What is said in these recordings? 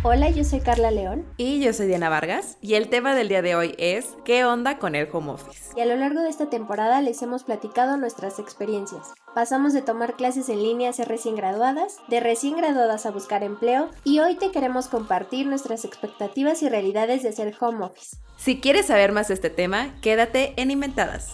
Hola, yo soy Carla León. Y yo soy Diana Vargas. Y el tema del día de hoy es ¿qué onda con el home office? Y a lo largo de esta temporada les hemos platicado nuestras experiencias. Pasamos de tomar clases en línea a ser recién graduadas, de recién graduadas a buscar empleo, y hoy te queremos compartir nuestras expectativas y realidades de ser home office. Si quieres saber más de este tema, quédate en Inventadas.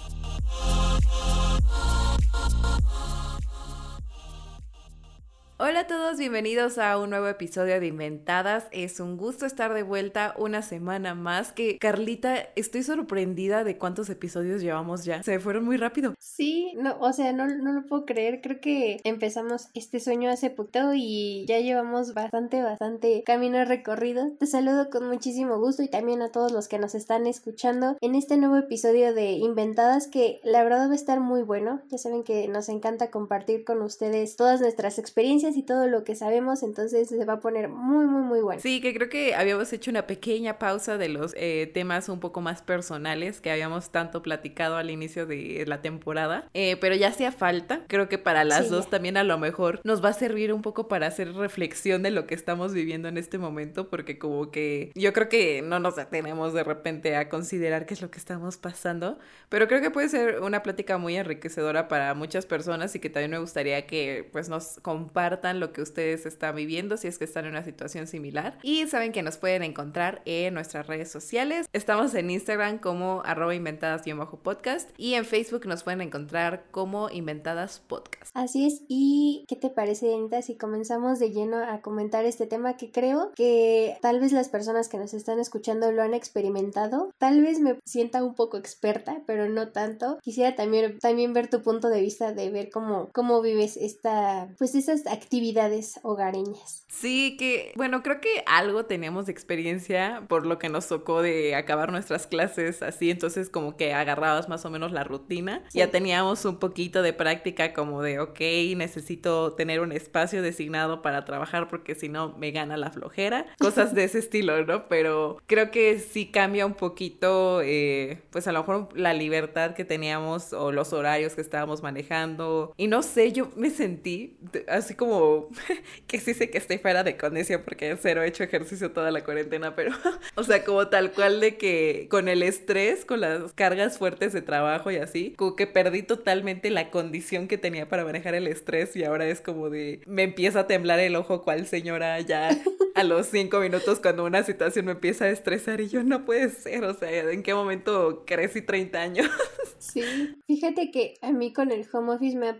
Hola a todos, bienvenidos a un nuevo episodio de Inventadas. Es un gusto estar de vuelta una semana más. Que Carlita, estoy sorprendida de cuántos episodios llevamos ya. Se fueron muy rápido. Sí, no lo puedo creer. Creo que empezamos este sueño hace poquito y ya llevamos bastante camino recorrido. Te saludo con muchísimo gusto y también a todos los que nos están escuchando en este nuevo episodio de Inventadas, que la verdad va a estar muy bueno. Ya saben que nos encanta compartir con ustedes todas nuestras experiencias y todo lo que sabemos, entonces se va a poner muy bueno. Sí, que creo que habíamos hecho una pequeña pausa de los temas un poco más personales que habíamos tanto platicado al inicio de la temporada, pero ya hacía falta. Creo que para las dos también a lo mejor nos va a servir un poco para hacer reflexión de lo que estamos viviendo en este momento, porque como que yo creo que no nos detenemos de repente a considerar qué es lo que estamos pasando, pero creo que puede ser una plática muy enriquecedora para muchas personas y que también me gustaría que pues nos compartan lo que ustedes están viviendo si es que están en una situación similar. Y saben que nos pueden encontrar en nuestras redes sociales. Estamos en Instagram como @inventadas_podcast y en Facebook nos pueden encontrar como Inventadas Podcast. Así es. ¿Y qué te parece, Anita, si comenzamos de lleno a comentar este tema que creo que tal vez las personas que nos están escuchando lo han experimentado? Tal vez me sienta un poco experta, pero no tanto. Quisiera también ver tu punto de vista, de ver cómo vives esas actividades hogareñas. Sí, que bueno, creo que algo teníamos de experiencia por lo que nos tocó de acabar nuestras clases así, entonces como que agarrabas más o menos la rutina. Sí. Ya teníamos un poquito de práctica como de necesito tener un espacio designado para trabajar porque si no me gana la flojera, cosas de ese estilo, ¿no? Pero creo que sí cambia un poquito, pues a lo mejor la libertad que teníamos o los horarios que estábamos manejando, y no sé, yo me sentí así como que sí sé que estoy fuera de condición porque cero he hecho ejercicio toda la cuarentena, pero o sea, como tal cual de que con el estrés, con las cargas fuertes de trabajo y así, como que perdí totalmente la condición que tenía para manejar el estrés y ahora es como de, me empieza a temblar el ojo cual señora ya a los 5 minutos cuando una situación me empieza a estresar y yo no puede ser, o sea, ¿en qué momento crecí 30 años? Sí, fíjate que a mí con el home office me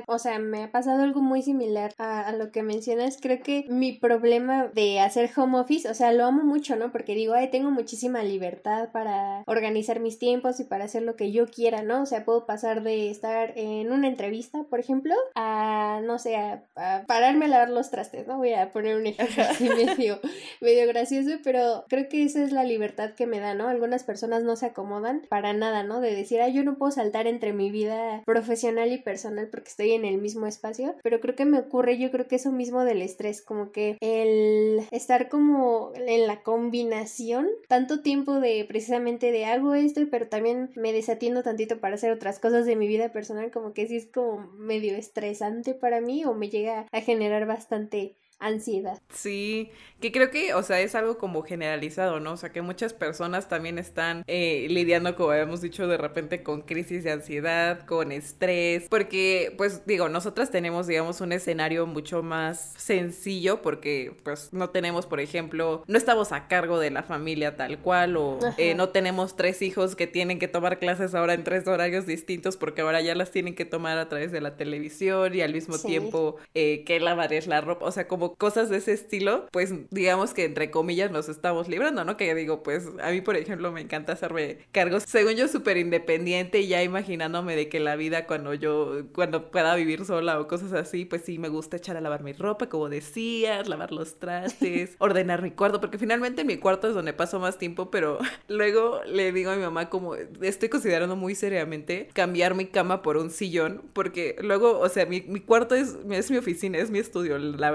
ha pasado algo muy similar a lo que mencionas. Creo que mi problema de hacer home office, o sea, lo amo mucho, ¿no? Porque digo, tengo muchísima libertad para organizar mis tiempos y para hacer lo que yo quiera, ¿no? O sea, puedo pasar de estar en una entrevista, por ejemplo, a, no sé, a pararme a lavar los trastes, ¿no? Voy a poner un ejemplo así medio gracioso, pero creo que esa es la libertad que me da, ¿no? Algunas personas no se acomodan para nada, ¿no? De decir, yo no puedo saltar entre mi vida profesional y personal porque estoy en el mismo espacio, pero creo que me ocurre, yo creo que eso mismo del estrés, como que el estar como en la combinación tanto tiempo de precisamente de hago esto, pero también me desatiendo tantito para hacer otras cosas de mi vida personal, como que sí es como medio estresante para mí o me llega a generar bastante ansiedad. Sí, que creo que, o sea, es algo como generalizado, ¿no? O sea, que muchas personas también están lidiando, como habíamos dicho, de repente con crisis de ansiedad, con estrés, porque, pues, digo, nosotras tenemos, digamos, un escenario mucho más sencillo porque, pues, no tenemos, por ejemplo, no estamos a cargo de la familia tal cual o no tenemos 3 hijos que tienen que tomar clases ahora en 3 horarios distintos porque ahora ya las tienen que tomar a través de la televisión y al mismo tiempo que lavar es la ropa, o sea, como cosas de ese estilo, pues digamos que entre comillas nos estamos librando, ¿no? Que digo, pues a mí, por ejemplo, me encanta hacerme cargos, según yo, súper independiente y ya imaginándome de que la vida cuando pueda vivir sola o cosas así, pues sí me gusta echar a lavar mi ropa, como decías, lavar los trastes, ordenar mi cuarto, porque finalmente mi cuarto es donde paso más tiempo, pero luego le digo a mi mamá como, estoy considerando muy seriamente cambiar mi cama por un sillón, porque luego, o sea, mi cuarto es mi oficina, es mi estudio, la verdad, o sea,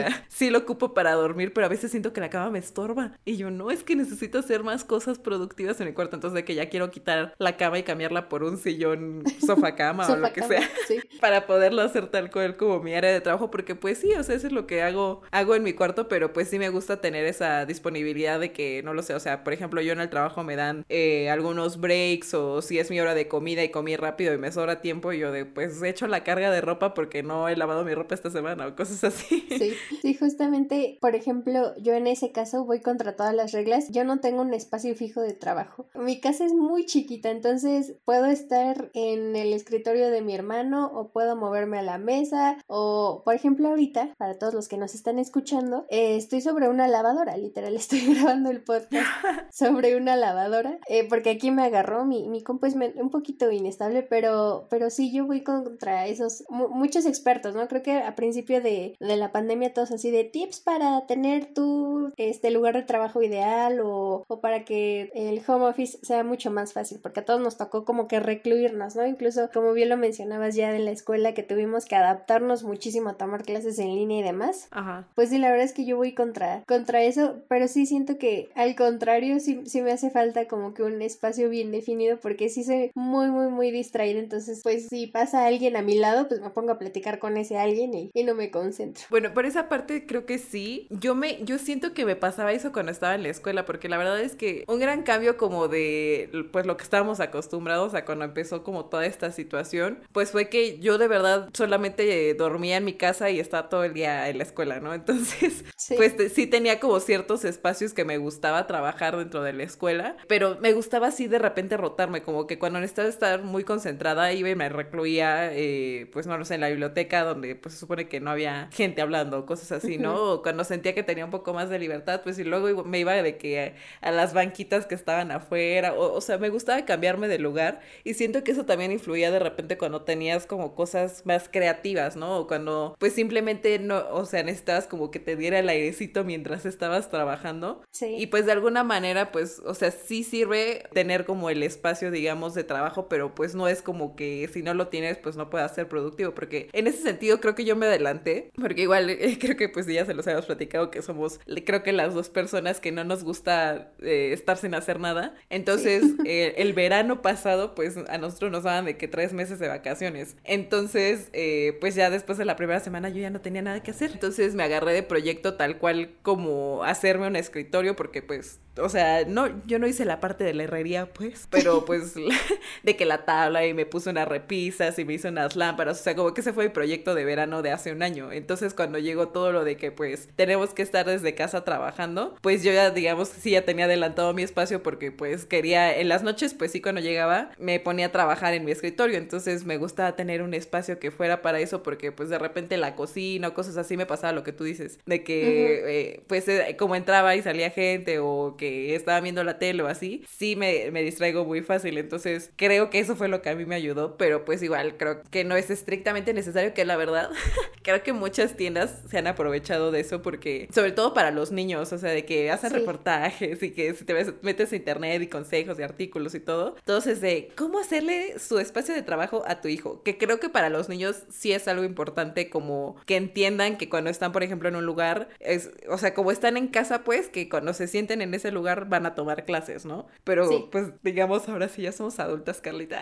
sea, sí lo ocupo para dormir, pero a veces siento que la cama me estorba. Y yo, no, es que necesito hacer más cosas productivas en mi cuarto. Entonces, de que ya quiero quitar la cama y cambiarla por un sillón sofá cama o lo que sea. Sí. Para poderlo hacer tal cual como mi área de trabajo. Porque pues sí, o sea, eso es lo que hago en mi cuarto, pero pues sí me gusta tener esa disponibilidad de que, no lo sé, o sea, por ejemplo, yo en el trabajo me dan algunos breaks o si es mi hora de comida y comí rápido y me sobra tiempo y yo de, pues he hecho la carga de ropa porque no he lavado mi ropa esta semana o cosas así. Sí, sí, justamente, por ejemplo, yo en ese caso voy contra todas las reglas. Yo no tengo un espacio fijo de trabajo. Mi casa es muy chiquita, entonces puedo estar en el escritorio de mi hermano o puedo moverme a la mesa o, por ejemplo, ahorita, para todos los que nos están escuchando, estoy sobre una lavadora, literal, estoy grabando el podcast sobre una lavadora, porque aquí me agarró, mi compu es un poquito inestable, pero sí, yo voy contra esos, muchos expertos, ¿no? Creo que a principio de la pandemia todos así de tips para tener tu lugar de trabajo ideal o para que el home office sea mucho más fácil, porque a todos nos tocó como que recluirnos, ¿no? Incluso, como bien lo mencionabas ya en la escuela, que tuvimos que adaptarnos muchísimo a tomar clases en línea y demás. Ajá. Pues sí, la verdad es que yo voy contra eso, pero sí siento que al contrario sí me hace falta como que un espacio bien definido, porque sí soy muy, muy, muy distraída, entonces pues si pasa alguien a mi lado, pues me pongo a platicar con ese alguien y no me concentro. Bueno, por esa parte creo que sí. Yo siento que me pasaba eso cuando estaba en la escuela, porque la verdad es que un gran cambio como de pues lo que estábamos acostumbrados a cuando empezó como toda esta situación, pues fue que yo de verdad solamente dormía en mi casa y estaba todo el día en la escuela, ¿no? Entonces, sí. Pues sí tenía como ciertos espacios que me gustaba trabajar dentro de la escuela, pero me gustaba así de repente rotarme, como que cuando necesitaba estar muy concentrada iba y me recluía, pues no lo sé, en la biblioteca donde pues se supone que no había gente hablando, cosas así, ¿no? O cuando sentía que tenía un poco más de libertad, pues y luego me iba de que a las banquitas que estaban afuera, o sea, me gustaba cambiarme de lugar y siento que eso también influía de repente cuando tenías como cosas más creativas, ¿no? O cuando pues simplemente no, o sea, necesitabas como que te diera el airecito mientras estabas trabajando. Sí. Y pues de alguna manera, pues, o sea, sí sirve tener como el espacio, digamos, de trabajo, pero pues no es como que si no lo tienes, pues no puedas ser productivo, porque en ese sentido creo que yo me adelanté, porque igual creo que pues ya se los habíamos platicado que somos, creo que las dos personas que no nos gusta estar sin hacer nada. Entonces, sí. El verano pasado, pues a nosotros nos daban de que 3 meses de vacaciones. Entonces, pues ya después de la primera semana yo ya no tenía nada que hacer. Entonces me agarré de proyecto tal cual como hacerme un escritorio, porque pues, o sea, no, yo no hice la parte de la herrería, pues, pero pues de que la tabla y me puse unas repisas y me hice unas lámparas, o sea, como que ese fue mi proyecto de verano de hace un año. Entonces cuando llegó todo lo de que pues tenemos que estar desde casa trabajando, pues yo ya digamos sí ya tenía adelantado mi espacio porque pues quería, en las noches pues sí cuando llegaba me ponía a trabajar en mi escritorio, entonces me gustaba tener un espacio que fuera para eso porque pues de repente la cocina o cosas así me pasaba lo que tú dices, de que pues como entraba y salía gente o que estaba viendo la tele o así, sí me distraigo muy fácil, entonces creo que eso fue lo que a mí me ayudó, pero pues igual creo que no es estrictamente necesario, que la verdad creo que muchas tiendas se han aprovechado de eso porque, sobre todo para los niños, o sea, de que hacen reportajes y que si te metes a internet y consejos y artículos y todo, entonces de cómo hacerle su espacio de trabajo a tu hijo, que creo que para los niños sí es algo importante, como que entiendan que cuando están, por ejemplo, en un lugar, o sea, como están en casa, pues, que cuando se sienten en ese lugar van a tomar clases, ¿no? Pero, pues, digamos, ahora sí ya somos adultas, Carlita.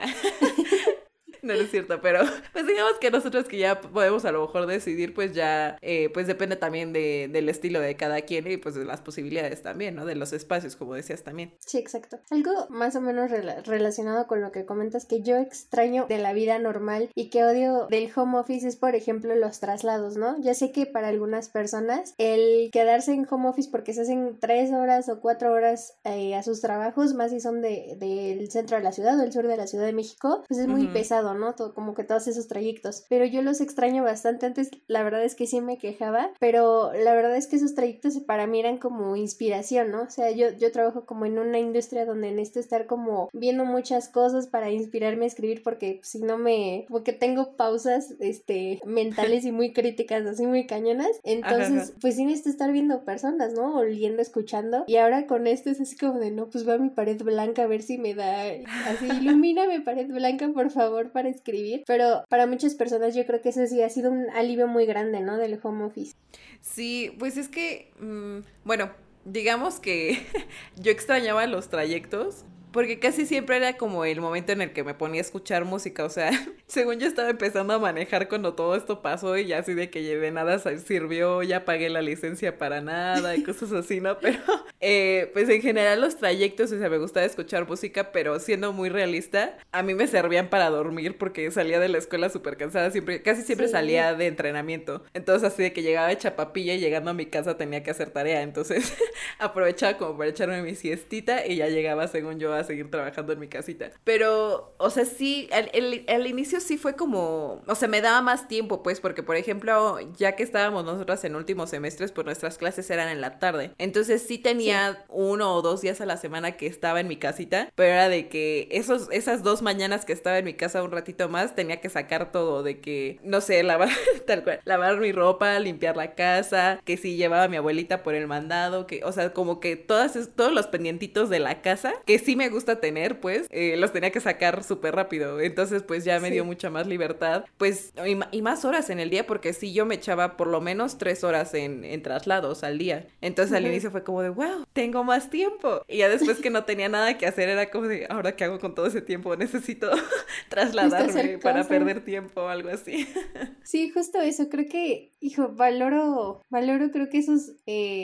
No, no es cierto, pero pues digamos que nosotros que ya podemos a lo mejor decidir, pues ya, pues depende también del estilo de cada quien y pues de las posibilidades también, ¿no? De los espacios, como decías también. Sí, exacto. Algo más o menos relacionado con lo que comentas que yo extraño de la vida normal y que odio del home office es, por ejemplo, los traslados, ¿no? Ya sé que para algunas personas el quedarse en home office porque se hacen 3 horas o 4 horas a sus trabajos, más si son del centro de la ciudad o del sur de la Ciudad de México, pues es muy pesado, ¿no? Como que todos esos trayectos, pero yo los extraño bastante. Antes la verdad es que sí me quejaba, pero la verdad es que esos trayectos para mí eran como inspiración, ¿no? O sea, yo trabajo como en una industria donde necesito estar como viendo muchas cosas para inspirarme a escribir, porque si no porque tengo pausas mentales y muy críticas, así muy cañonas, entonces pues sí necesito estar viendo personas, ¿no? O leyendo, escuchando, y ahora con esto es así como de no, pues va a mi pared blanca a ver si me da, así ilumina mi pared blanca por favor para escribir, pero para muchas personas yo creo que eso sí ha sido un alivio muy grande, ¿no? Del home office. Sí, pues es que, bueno, digamos que yo extrañaba los trayectos. Porque casi siempre era como el momento en el que me ponía a escuchar música, o sea, según yo estaba empezando a manejar cuando todo esto pasó y ya así de que de nada sirvió, ya pagué la licencia para nada y cosas así, ¿no? Pero pues en general los trayectos, o sea, me gustaba escuchar música, pero siendo muy realista, a mí me servían para dormir porque salía de la escuela súper cansada, casi siempre Sí. salía de entrenamiento, entonces así de que llegaba hecha papilla y llegando a mi casa tenía que hacer tarea, entonces aprovechaba como para echarme mi siestita y ya llegaba según yo a seguir trabajando en mi casita. Pero, o sea, sí, al inicio sí fue como, o sea, me daba más tiempo, pues, porque, por ejemplo, ya que estábamos nosotras en últimos semestres, pues nuestras clases eran en la tarde. Entonces sí tenía 1 o 2 días a la semana que estaba en mi casita, pero era de que esas 2 mañanas que estaba en mi casa un ratito más, tenía que sacar todo, de que, no sé, lavar, tal cual, lavar mi ropa, limpiar la casa, que si llevaba a mi abuelita por el mandado, que, o sea, como que todos los pendientitos de la casa, que sí me gusta tener, pues, los tenía que sacar súper rápido. Entonces, pues, ya me dio mucha más libertad, pues, y más horas en el día, porque sí yo me echaba por lo menos 3 horas en traslados al día. Entonces, al inicio fue como de, wow, tengo más tiempo. Y ya después que no tenía nada que hacer, era como de, ¿ahora qué hago con todo ese tiempo? Necesito trasladarme para perder tiempo o algo así. Sí, justo eso. Creo que, hijo, valoro creo que esos...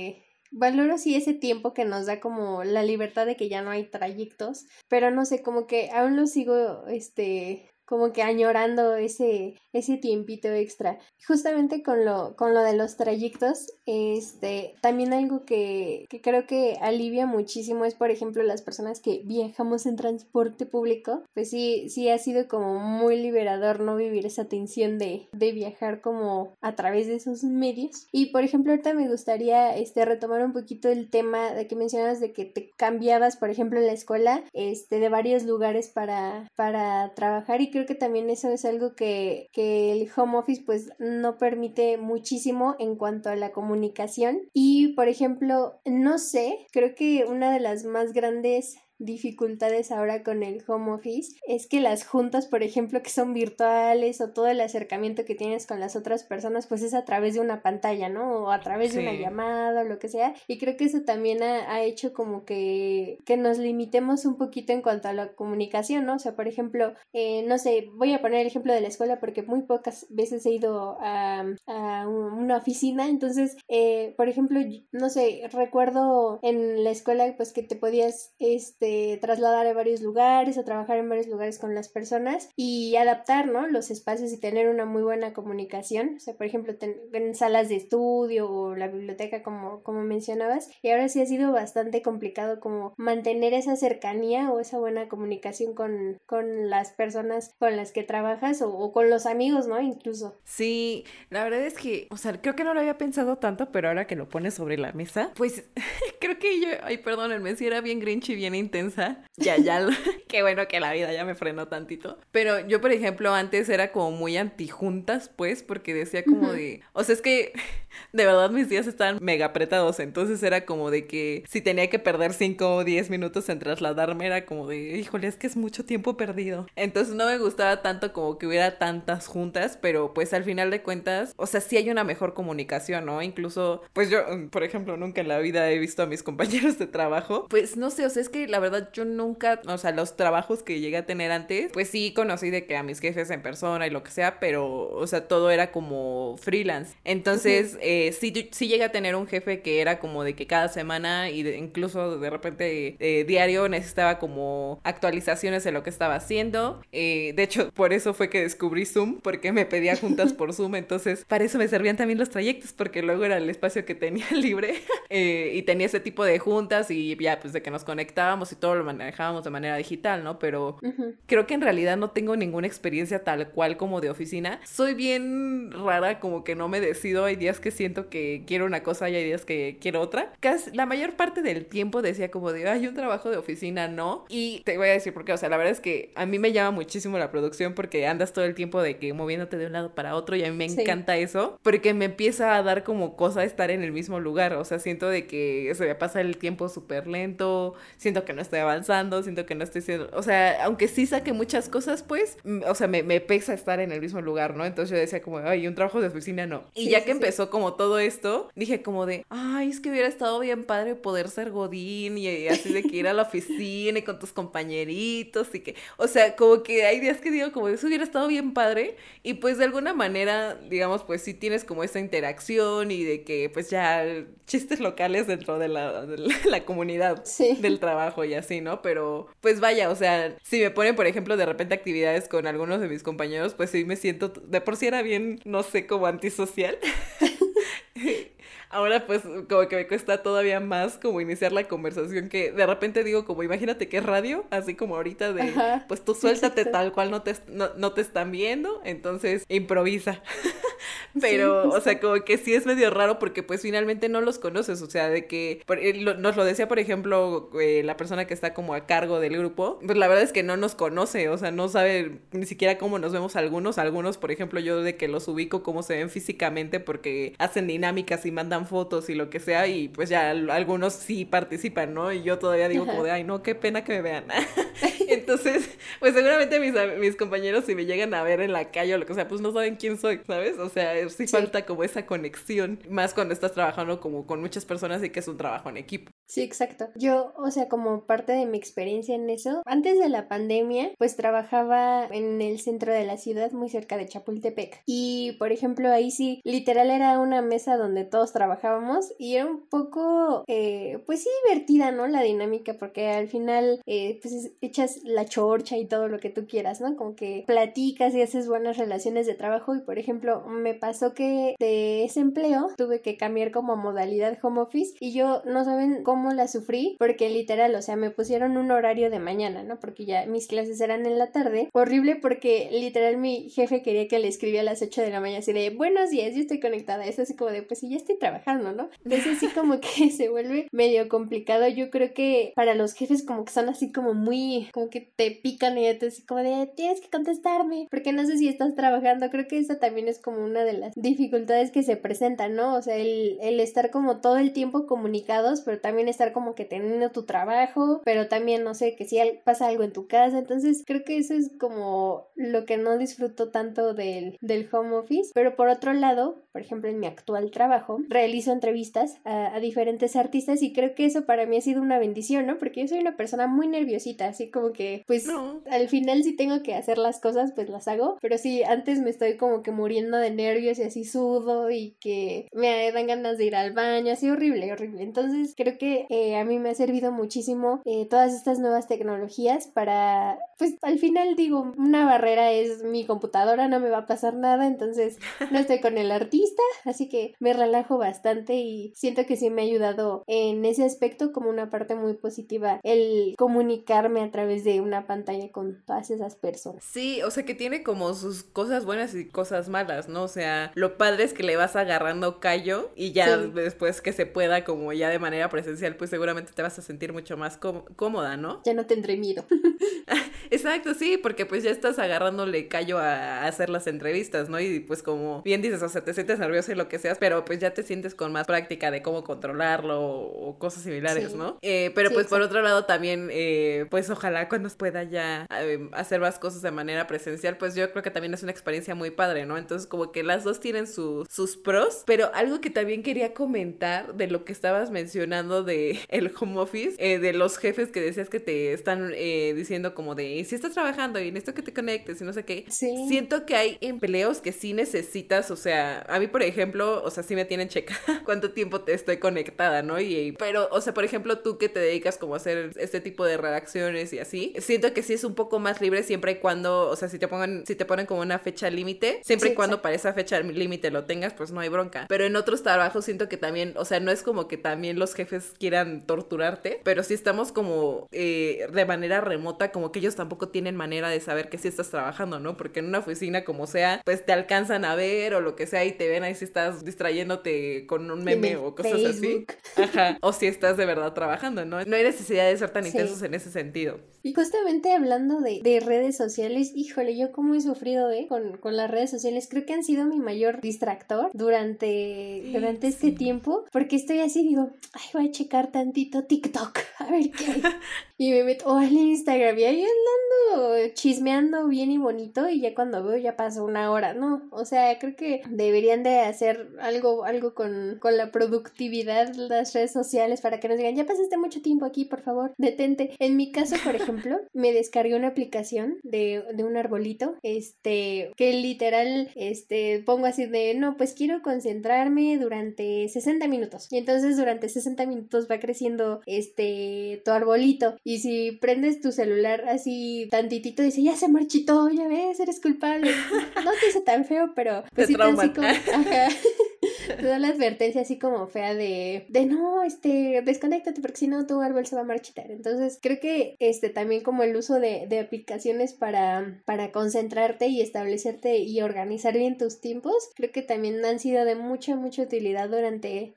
Valoro sí ese tiempo que nos da como la libertad de que ya no hay trayectos, pero no sé, como que aún lo sigo, como que añorando ese tiempito extra. Justamente con lo de los trayectos, también algo que creo que alivia muchísimo es, por ejemplo, las personas que viajamos en transporte público, pues sí ha sido como muy liberador no vivir esa tensión de viajar como a través de esos medios. Y, por ejemplo, ahorita me gustaría retomar un poquito el tema de que mencionabas de que te cambiabas, por ejemplo, en la escuela, de varios lugares para trabajar, y creo que también eso es algo que el home office pues no permite muchísimo en cuanto a la comunicación. Y por ejemplo, no sé, creo que una de las más grandes dificultades ahora con el home office es que las juntas, por ejemplo, que son virtuales, o todo el acercamiento que tienes con las otras personas, pues es a través de una pantalla, ¿no? O a través de una llamada o lo que sea, y creo que eso también ha hecho como que nos limitemos un poquito en cuanto a la comunicación, ¿no? O sea, por ejemplo, no sé, voy a poner el ejemplo de la escuela porque muy pocas veces he ido a una oficina, entonces, por ejemplo, no sé, recuerdo en la escuela pues que te podías, trasladar a varios lugares o trabajar en varios lugares con las personas y adaptar, ¿no? Los espacios y tener una muy buena comunicación. O sea, por ejemplo, en salas de estudio o la biblioteca, como mencionabas, y ahora sí ha sido bastante complicado como mantener esa cercanía o esa buena comunicación con las personas con las que trabajas o con los amigos, ¿no? Incluso. Sí, la verdad es que, o sea, creo que no lo había pensado tanto, pero ahora que lo pones sobre la mesa, pues creo que yo, ay, perdónenme, si era bien grinch y bien intensa. Qué bueno que la vida ya me frenó tantito. Pero yo, por ejemplo, antes era como muy antijuntas, pues, porque decía como de, o sea, es que de verdad mis días estaban mega apretados, entonces era como de que si tenía que perder 5 o 10 minutos en trasladarme, era como de, híjole, es que es mucho tiempo perdido. Entonces no me gustaba tanto como que hubiera tantas juntas, pero pues al final de cuentas, o sea, sí hay una mejor comunicación, ¿no? Incluso, pues yo, por ejemplo, nunca en la vida he visto a mis compañeros de trabajo. Pues no sé, o sea, es que la verdad yo nunca, o sea, los trabajos que llegué a tener antes, pues sí conocí de que a mis jefes en persona y lo que sea, pero, o sea, todo era como freelance. Entonces, sí llegué a tener un jefe que era como de que cada semana y incluso de repente diario necesitaba como actualizaciones de lo que estaba haciendo. De hecho, por eso fue que descubrí Zoom, porque me pedía juntas por Zoom, entonces para eso me servían también los trayectos, porque luego era el espacio que tenía libre y tenía ese tipo de juntas y ya pues de que nos conectábamos y todo lo manejábamos de manera digital, ¿no? Pero creo que en realidad no tengo ninguna experiencia tal cual como de oficina. Soy bien rara, como que no me decido. Hay días que siento que quiero una cosa y hay días que quiero otra. Casi la mayor parte del tiempo decía como de, ay, un trabajo de oficina, no. Y te voy a decir por qué. O sea, la verdad es que a mí me llama muchísimo la producción porque andas todo el tiempo de que moviéndote de un lado para otro y a mí me encanta eso porque me empieza a dar como cosa estar en el mismo lugar. O sea, siento de que se me pasa el tiempo súper lento, siento que no estoy avanzando, siento que no estoy siendo, o sea, aunque sí saque muchas cosas, pues, o sea, me pesa estar en el mismo lugar, ¿no? Entonces yo decía como, ay, un trabajo de oficina no. Y Sí, ya sí, que sí. empezó como todo esto, dije como de, ay, es que hubiera estado bien padre poder ser godín y así de que ir a la oficina y con tus compañeritos y que, o sea, como que hay días que digo como, eso hubiera estado bien padre y pues de alguna manera, digamos, pues sí tienes como esa interacción y de que pues ya chistes locales dentro de la comunidad Sí. del trabajo y así, ¿no? Pero pues vaya, o sea, si me ponen, por ejemplo, de repente actividades con algunos de mis compañeros, pues sí me siento, de por sí era bien, no sé, como antisocial. Ahora pues como que me cuesta todavía más como iniciar la conversación que de repente digo como imagínate que es radio, así como ahorita de Ajá, pues tú suéltate exacto. tal cual no te están viendo, entonces improvisa. Sí, Pero, o sea, justo. como que sí es medio raro porque pues finalmente no los conoces, o sea, de que nos lo decía, por ejemplo, la persona que está como a cargo del grupo, pues la verdad es que no nos conoce, o sea, no sabe ni siquiera cómo nos vemos algunos, por ejemplo, yo de que los ubico cómo se ven físicamente porque hacen dinámicas y mandan fotos y lo que sea y pues ya algunos sí participan, ¿no? Y yo todavía digo como de, Ajá. ay, no, qué pena que me vean. Entonces, pues seguramente mis compañeros si me llegan a ver en la calle o lo que sea, pues no saben quién soy, ¿sabes? O sea, sí Sí. falta como esa conexión, más cuando estás trabajando como con muchas personas y que es un trabajo en equipo. Sí, exacto. Yo, o sea, como parte de mi experiencia en eso, antes de la pandemia, pues trabajaba en el centro de la ciudad, muy cerca de Chapultepec. Y, por ejemplo, ahí sí, literal era una mesa donde todos trabajábamos y era un poco, pues sí, divertida, ¿no? La dinámica, porque al final, pues echas la chorcha y todo lo que tú quieras, ¿no? Como que platicas y haces buenas relaciones de trabajo y, por ejemplo, me pasó que de ese empleo tuve que cambiar como a modalidad home office y yo, no saben cómo la sufrí, porque literal, o sea, me pusieron un horario de mañana, ¿no? Porque ya mis clases eran en la tarde. Horrible porque literal mi jefe quería que le escribía a las 8 de la mañana así de, buenos días, yo estoy conectada. Es así como de, pues sí, ya estoy trabajando, ¿no? Entonces sí como que se vuelve medio complicado. Yo creo que para los jefes como que son así como muy, como que te pican y te así como de, tienes que contestarme, porque no sé si estás trabajando. Creo que esa también es como una de las dificultades que se presentan, ¿no? O sea, el estar como todo el tiempo comunicados, pero también estar como que teniendo tu trabajo, pero también, no sé, que si pasa algo en tu casa. Entonces creo que eso es como lo que no disfruto tanto del home office. Pero por otro lado, por ejemplo, en mi actual trabajo, realizo entrevistas a diferentes artistas y creo que eso para mí ha sido una bendición, ¿no? Porque yo soy una persona muy nerviosita, así como que, pues, No. al final si tengo que hacer las cosas, pues las hago, pero sí, antes me estoy como que muriendo de nervios y así sudo y que me dan ganas de ir al baño, así horrible, horrible. Entonces creo que a mí me ha servido muchísimo todas estas nuevas tecnologías para, pues al final digo, una barrera es mi computadora, no me va a pasar nada, entonces no estoy con el artista, así que me relajo bastante y siento que sí me ha ayudado en ese aspecto como una parte muy positiva el comunicarme a través de una pantalla con todas esas personas. Sí, o sea que tiene como sus cosas buenas y cosas malas, ¿no? O sea, lo padre es que le vas agarrando callo y ya Sí, después que se pueda como ya de manera presencial, pues seguramente te vas a sentir mucho más cómoda, ¿no? ya no tendré miedo. Exacto, sí, porque pues ya estás agarrándole callo a hacer las entrevistas, ¿no? Y pues como bien dices, o sea, te sientes nervioso y lo que seas, pero pues ya te sientes con más práctica de cómo controlarlo o cosas similares, Sí, ¿no? Pero sí, pues por exacto. otro lado también, pues ojalá cuando pueda ya hacer más cosas de manera presencial, pues yo creo que también es una experiencia muy padre, ¿no? Entonces como que las dos tienen sus pros, pero algo que también quería comentar de lo que estabas mencionando de el home office, de los jefes que decías que te están diciendo como de, si estás trabajando y necesito que te conectes y no sé qué, Sí, siento que hay empleos que sí necesitas, o sea, a mí por ejemplo, o sea, sí me tienen checa cuánto tiempo te estoy conectada, ¿no? Pero, o sea, por ejemplo, tú que te dedicas como a hacer este tipo de redacciones y así, siento que sí es un poco más libre siempre y cuando, o sea, si te ponen como una fecha límite, siempre sí, y cuando exacto. para esa fecha límite lo tengas, pues no hay bronca. Pero en otros trabajos siento que también, o sea, no es como que también los jefes quieran torturarte, pero si estamos como de manera remota, como que ellos tampoco tienen manera de saber que sí estás trabajando, ¿no? Porque en una oficina como sea, pues te alcanzan a ver o lo que sea y te ven ahí si estás distrayéndote con un En meme el o cosas así. Facebook. Ajá, o si estás de verdad trabajando, ¿no? No hay necesidad de ser tan intensos Sí. en ese sentido. Y justamente hablando de redes sociales, híjole, yo cómo he sufrido, con las redes sociales. Creo que han sido mi mayor distractor durante este Sí. tiempo, porque estoy así, digo, ay, voy a checar checar tantito TikTok, a ver qué hay. Y me meto al Instagram y ahí andando chismeando bien y bonito y ya cuando veo ya pasó una hora, ¿no? O sea, creo que deberían de hacer algo con la productividad, las redes sociales para que nos digan, ya pasaste mucho tiempo aquí, por favor, detente. En mi caso, por ejemplo, me descargué una aplicación de un arbolito, que literal, pongo así de, no, pues quiero concentrarme durante 60 minutos. Y entonces durante 60 minutos va creciendo, tu arbolito. Y si prendes tu celular así tantitito, dice, ya se marchitó, ya ves, eres culpable. No te hice tan feo, pero pues te sí, así como, ajá. Te da la advertencia así como fea de no, desconéctate porque si no tu árbol se va a marchitar. Entonces creo que también como el uso de aplicaciones para concentrarte y establecerte y organizar bien tus tiempos, creo que también han sido de mucha utilidad durante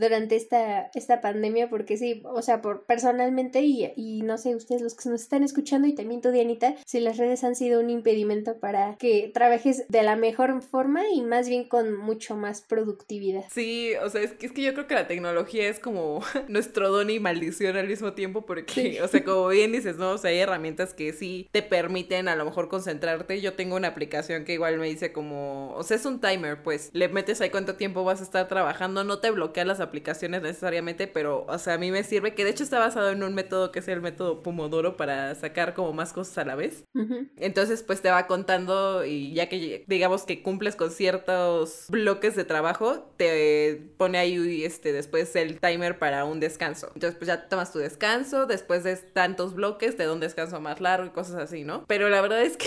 esta pandemia, porque sí, o sea, personalmente y no sé, ustedes los que nos están escuchando y también tú, Dianita, si las redes han sido un impedimento para que trabajes de la mejor forma y más bien con mucho más productividad. Sí, o sea, es que yo creo que la tecnología es como nuestro don y maldición al mismo tiempo porque, sí. O sea, como bien dices, ¿no? O sea, hay herramientas que sí te permiten a lo mejor concentrarte. Yo tengo una aplicación que igual me dice como, o sea, es un timer, pues, le metes ahí cuánto tiempo vas a estar trabajando, no te bloquea las aplicaciones necesariamente, pero, o sea, a mí me sirve, que de hecho está basado en un método que es el método Pomodoro para sacar como más cosas a la vez. Uh-huh. Entonces, pues te va contando y ya que digamos que cumples con ciertos bloques de trabajo, te pone ahí después el timer para un descanso. Entonces pues ya tomas tu descanso, después de tantos bloques te da un descanso más largo y cosas así, ¿no? Pero la verdad es que,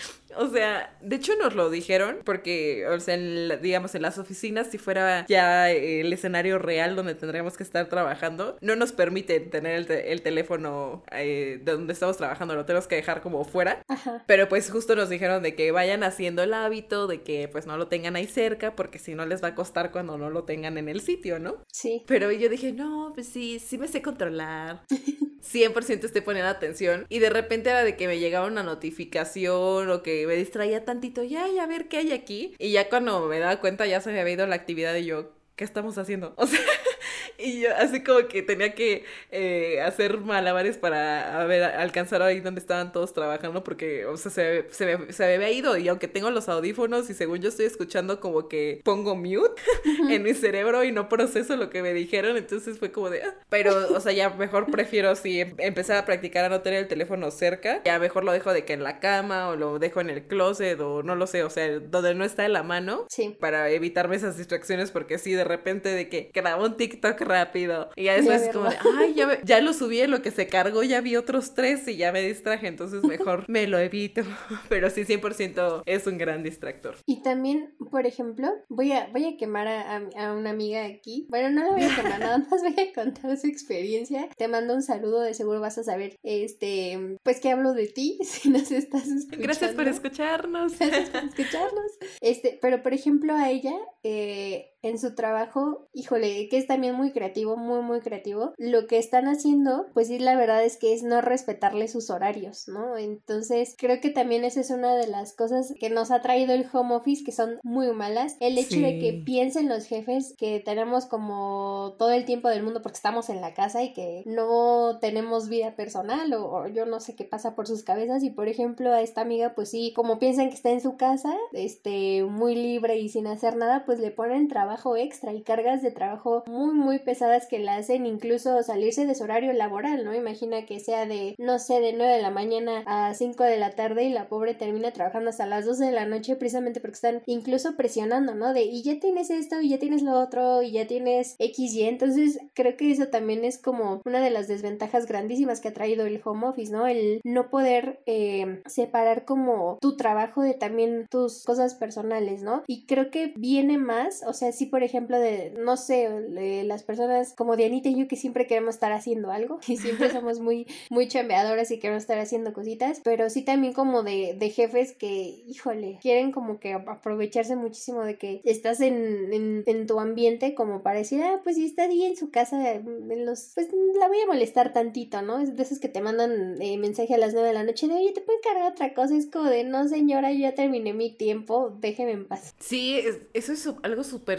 o sea, de hecho nos lo dijeron porque, o sea, digamos en las oficinas, si fuera ya el escenario real donde tendríamos que estar trabajando, no nos permiten tener el teléfono de donde estamos trabajando, lo tenemos que dejar como fuera. Ajá. Pero pues justo nos dijeron de que vayan haciendo el hábito, de que pues no lo tengan ahí cerca, porque si no les va a costar cuando no lo tengan en el sitio, ¿no? Sí. Pero yo dije, no, pues sí me sé controlar. 100% estoy poniendo atención. Y de repente era de que me llegaba una notificación o que me distraía tantito, ya, a ver qué hay aquí. Y ya cuando me daba cuenta ya se me había ido la actividad y yo, ¿qué estamos haciendo? O sea, y yo así como que tenía que hacer malabares para alcanzar ahí donde estaban todos trabajando porque, o sea, se me había ido y aunque tengo los audífonos y según yo estoy escuchando como que pongo mute en mi cerebro y no proceso lo que me dijeron, entonces fue como de... Pero, o sea, ya mejor prefiero si empezar a practicar a no tener el teléfono cerca, ya mejor lo dejo de que en la cama o lo dejo en el closet o no lo sé, o sea, donde no está en la mano, sí, para evitarme esas distracciones porque sí, de repente de que grabo un TikTok rápido y ya después es como de, ay, ya lo subí en lo que se cargó, ya vi otros 3 y ya me distraje, entonces mejor me lo evito. Pero sí, 100% es un gran distractor. Y también, por ejemplo, voy a quemar a una amiga aquí. Bueno, no la voy a quemar, nada más voy a contar su experiencia. Te mando un saludo, de seguro vas a saber, pues que hablo de ti, si nos estás escuchando. Gracias por escucharnos. Gracias por escucharnos. Pero por ejemplo a ella, en su trabajo, híjole, que es también muy creativo, muy creativo, lo que están haciendo, pues sí, la verdad es que es no respetarle sus horarios, ¿no? Entonces, creo que también esa es una de las cosas que nos ha traído el home office, que son muy malas. El hecho de que piensen los jefes que tenemos como todo el tiempo del mundo porque estamos en la casa y que no tenemos vida personal o yo no sé qué pasa por sus cabezas. Y por ejemplo a esta amiga, pues sí, como piensan que está en su casa, muy libre y sin hacer nada, pues le ponen trabajo extra y cargas de trabajo muy pesadas que la hacen incluso salirse de su horario laboral, ¿no? Imagina que sea de, no sé, de 9 de la mañana a 5 de la tarde y la pobre termina trabajando hasta las 12 de la noche precisamente porque están incluso presionando, ¿no? De, y ya tienes esto, y ya tienes lo otro, y ya tienes XY. Entonces creo que eso también es como una de las desventajas grandísimas que ha traído el home office, ¿no? El no poder separar como tu trabajo de también tus cosas personales, ¿no? Y creo que viene más, o sea, sí, por ejemplo, de, no sé, las personas como Dianita y yo que siempre queremos estar haciendo algo y siempre somos muy chambeadoras y queremos estar haciendo cositas, pero sí también como de jefes que, híjole, quieren como que aprovecharse muchísimo de que estás en tu ambiente como para decir, pues si está ahí en su casa, pues la voy a molestar tantito, ¿no? Es de esos que te mandan mensaje a las 9 de la noche de, oye, ¿te puedo encargar otra cosa? Es como de, no señora, yo ya terminé mi tiempo, déjeme en paz. Sí, eso es algo súper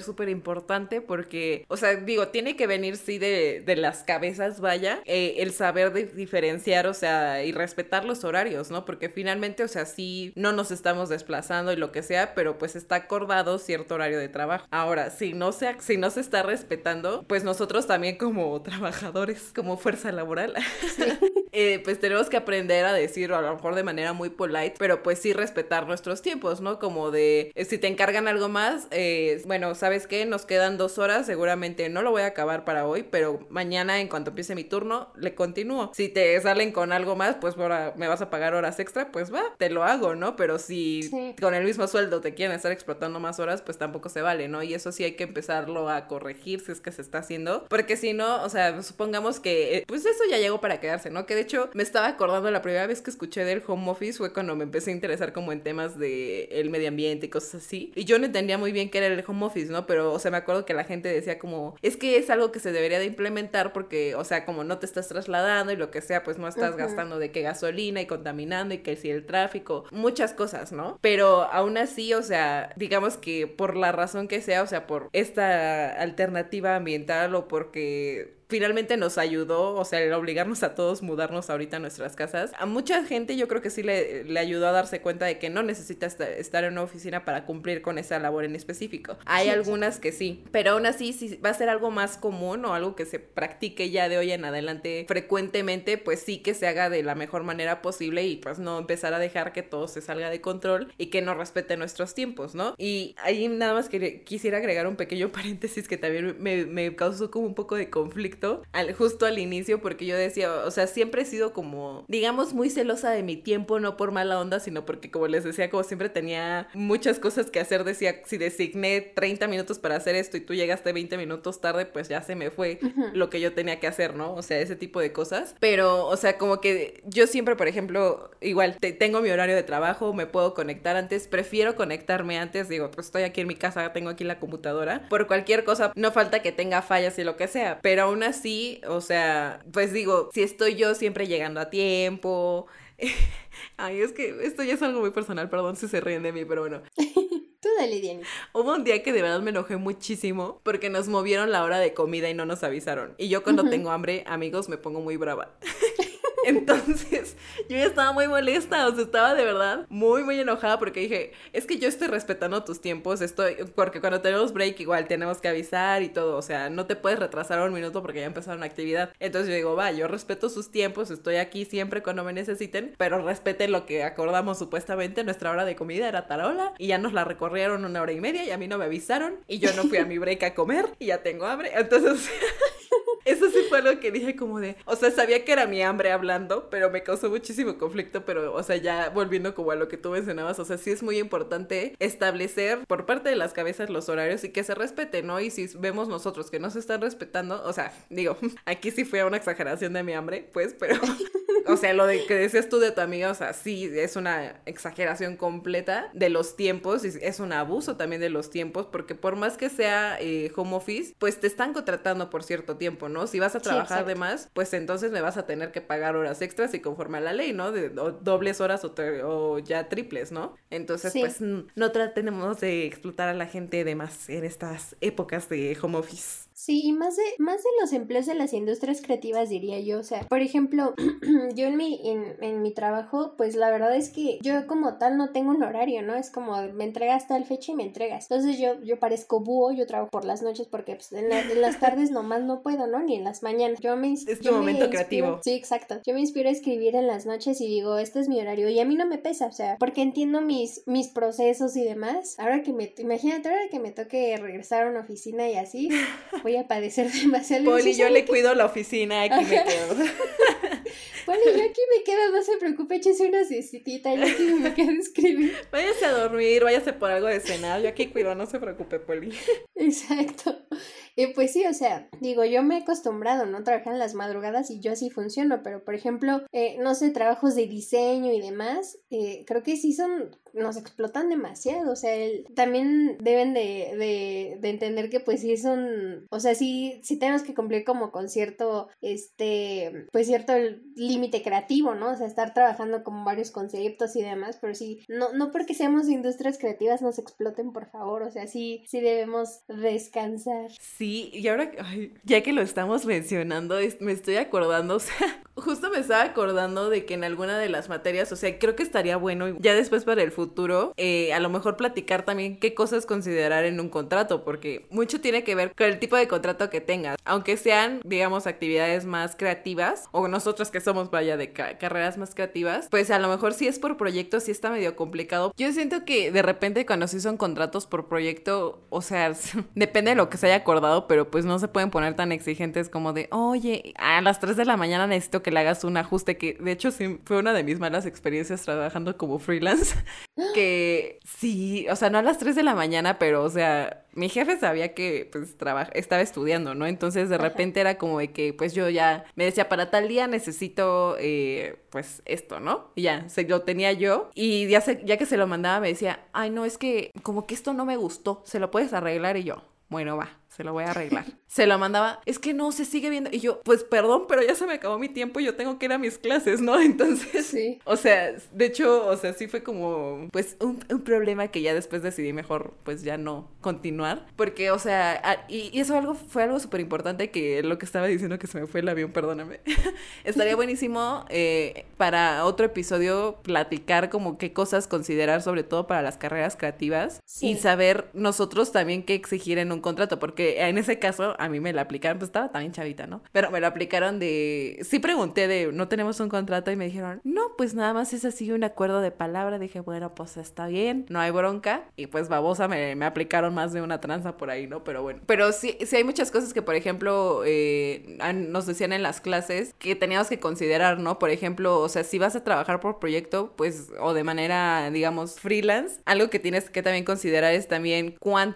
súper importante porque, o sea, digo, tiene que venir sí de las cabezas, vaya, el saber diferenciar, o sea, y respetar los horarios, ¿no? Porque finalmente, o sea, sí no nos estamos desplazando y lo que sea, pero pues está acordado cierto horario de trabajo. Ahora, si no se está respetando, pues nosotros también como trabajadores, como fuerza laboral, Sí. pues tenemos que aprender a decir, a lo mejor de manera muy polite, pero pues sí respetar nuestros tiempos, ¿no? Como de, si te encargan algo más, bueno, ¿sabes qué? Nos quedan 2 horas, seguramente no lo voy a acabar para hoy, pero mañana en cuanto empiece mi turno, le continúo. Si te salen con algo más, pues ahora me vas a pagar horas extra, pues va, te lo hago, ¿no? Pero si Sí. con el mismo sueldo te quieren estar explotando más horas, pues tampoco se vale, ¿no? Y eso sí hay que empezarlo a corregir si es que se está haciendo, porque si no, o sea, supongamos que, pues eso ya llegó para quedarse, ¿no? Que de hecho me estaba acordando la primera vez que escuché del home office fue cuando me empecé a interesar como en temas de el medio ambiente y cosas así, y yo no entendía muy bien qué era el home office, ¿no? Pero, o sea, me acuerdo que la gente decía como, es que es algo que se debería de implementar porque, o sea, como no te estás trasladando y lo que sea, pues no estás gastando de que gasolina y contaminando y que si el tráfico, muchas cosas, ¿no? Pero aún así, o sea, digamos que por la razón que sea, o sea, por esta alternativa ambiental o porque finalmente nos ayudó, o sea, el obligarnos a todos mudarnos ahorita a nuestras casas. A mucha gente yo creo que sí le ayudó a darse cuenta de que no necesita estar en una oficina para cumplir con esa labor en específico. Hay Sí, algunas exacto. que sí, pero aún así si va a ser algo más común o algo que se practique ya de hoy en adelante frecuentemente, pues sí que se haga de la mejor manera posible y pues no empezar a dejar que todo se salga de control y que no respete nuestros tiempos, ¿no? Y ahí nada más que quisiera agregar un pequeño paréntesis que también me causó como un poco de conflicto justo al inicio, porque yo decía, o sea, siempre he sido como, digamos, muy celosa de mi tiempo, no por mala onda, sino porque, como les decía, como siempre tenía muchas cosas que hacer, decía, si designé 30 minutos para hacer esto y tú llegaste 20 minutos tarde, pues ya se me fue lo que yo tenía que hacer, ¿no? O sea, ese tipo de cosas. Pero, o sea, como que yo siempre, por ejemplo, igual, tengo mi horario de trabajo, me puedo conectar antes, prefiero conectarme antes, digo, pues estoy aquí en mi casa, tengo aquí la computadora, por cualquier cosa, no falta que tenga fallas y lo que sea, pero aún así, o sea, pues digo, si estoy yo siempre llegando a tiempo. Ay, es que esto ya es algo muy personal, perdón si se ríen de mí, pero bueno. Tú dale, Dianita. Hubo un día que de verdad me enojé muchísimo porque nos movieron la hora de comida y no nos avisaron. Y yo cuando tengo hambre, amigos, me pongo muy brava. Entonces, yo ya estaba muy molesta, o sea, estaba de verdad muy, muy enojada porque dije, es que yo estoy respetando tus tiempos, porque cuando tenemos break igual tenemos que avisar y todo, o sea, no te puedes retrasar un minuto porque ya empezaron la actividad. Entonces yo digo, va, yo respeto sus tiempos, estoy aquí siempre cuando me necesiten, pero respeten lo que acordamos supuestamente, nuestra hora de comida era tal hora y ya nos la recorrieron 1 hora y media y a mí no me avisaron y yo no fui a mi break a comer y ya tengo hambre, entonces... Eso sí fue lo que dije como de, o sea, sabía que era mi hambre hablando, pero me causó muchísimo conflicto, pero, o sea, ya volviendo como a lo que tú mencionabas, o sea, sí es muy importante establecer por parte de las cabezas los horarios y que se respete, ¿no? Y si vemos nosotros que no se están respetando, o sea, digo, aquí sí fue una exageración de mi hambre, pues, pero... O sea, lo de que decías tú de tu amiga, o sea, sí, es una exageración completa de los tiempos, y es un abuso también de los tiempos, porque por más que sea home office, pues te están contratando por cierto tiempo, ¿no? Si vas a trabajar de más, pues entonces me vas a tener que pagar horas extras y conforme a la ley, ¿no? De dobles horas o ya triples, ¿no? Entonces, Sí. pues no tratemos de explotar a la gente de más en estas épocas de home office. Sí, y más de los empleos de las industrias creativas, diría yo. O sea, por ejemplo, yo en mi trabajo, pues la verdad es que yo como tal no tengo un horario, ¿no? Es como me entregas tal fecha y me entregas. Entonces yo parezco búho, yo trabajo por las noches porque pues, en las tardes nomás no puedo, ¿no? Ni en las mañanas. Es tu momento creativo. Sí, exacto. Yo me inspiro a escribir en las noches y digo, este es mi horario. Y a mí no me pesa, o sea, porque entiendo mis procesos y demás. Imagínate, ahora que me toque regresar a una oficina y así, voy a padecer demasiado. Poli, yo le cuido la oficina, aquí me quedo. Poli, yo aquí me quedo, no se preocupe, échese una siestita, yo aquí me quedo a escribir. Váyase a dormir, váyase por algo de cenar, yo aquí cuido, no se preocupe, Poli. Exacto. Pues sí, o sea, digo, yo me he acostumbrado, ¿no? Trabajar en las madrugadas y yo así funciono, pero por ejemplo, no sé, trabajos de diseño y demás, creo que sí nos explotan demasiado, o sea, también deben de entender que pues sí o sea, sí tenemos que cumplir como con cierto, pues cierto límite creativo, ¿no? O sea, estar trabajando con varios conceptos y demás, pero sí, no porque seamos industrias creativas nos exploten, por favor, o sea, sí debemos descansar. Sí, y ahora, ay, ya que lo estamos mencionando, me estoy acordando, o sea, justo me estaba acordando de que en alguna de las materias, o sea, creo que estaría bueno ya después para el futuro, a lo mejor platicar también qué cosas considerar en un contrato, porque mucho tiene que ver con el tipo de contrato que tengas, aunque sean, digamos, actividades más creativas, o nosotros que somos, vaya, de carreras más creativas, pues a lo mejor si es por proyecto, sí está medio complicado. Yo siento que de repente cuando sí son contratos por proyecto, o sea, depende de lo que se haya acordado, pero pues no se pueden poner tan exigentes como de, oye, a las 3 de la mañana necesito que le hagas un ajuste, que de hecho sí fue una de mis malas experiencias trabajando como freelance, que sí, o sea, no a las 3 de la mañana, pero o sea, mi jefe sabía que pues estaba estudiando, ¿no? Entonces de repente era como de que pues yo ya me decía, para tal día necesito pues esto, ¿no? Y ya, lo tenía yo y ya que se lo mandaba me decía, ay no, es que como que esto no me gustó, ¿se lo puedes arreglar? Y yo, bueno, va, se lo voy a arreglar. Se lo mandaba, es que no, se sigue viendo. Y yo, pues perdón, pero ya se me acabó mi tiempo y yo tengo que ir a mis clases, ¿no? Entonces, sí. O sea, de hecho, o sea, sí fue como, pues, un problema que ya después decidí mejor, pues, ya no continuar. Porque, o sea, y eso fue algo súper importante que lo que estaba diciendo que se me fue el avión, perdóname. Estaría buenísimo para otro episodio platicar como qué cosas considerar, sobre todo para las carreras creativas. Sí. Y saber nosotros también qué exigir en un contrato, porque en ese caso a mí me la aplicaron, pues estaba también chavita, ¿no? Pero me lo aplicaron sí pregunté no tenemos un contrato y me dijeron, no, pues nada más es así un acuerdo de palabra. Dije, bueno, pues está bien, no hay bronca. Y pues babosa me aplicaron más de una tranza por ahí, ¿no? Pero bueno. Pero sí hay muchas cosas que, por ejemplo, nos decían en las clases que teníamos que considerar, ¿no? Por ejemplo, o sea, si vas a trabajar por proyecto, pues, o de manera, digamos, freelance, algo que tienes que también considerar es también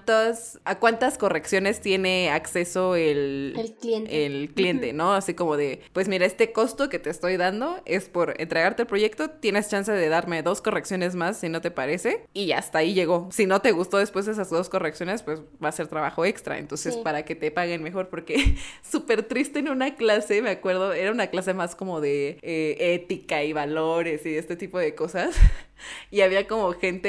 a cuántas correcciones tiene acceso el cliente, ¿no? Así como de, pues mira, este costo que te estoy dando es por entregarte el proyecto, tienes chance de darme 2 correcciones más si no te parece, y hasta ahí llegó. Si no te gustó después de esas 2 correcciones, pues va a ser trabajo extra, entonces para que te paguen mejor, porque súper triste en una clase, me acuerdo, era una clase más como de ética y valores y este tipo de cosas. Y había como gente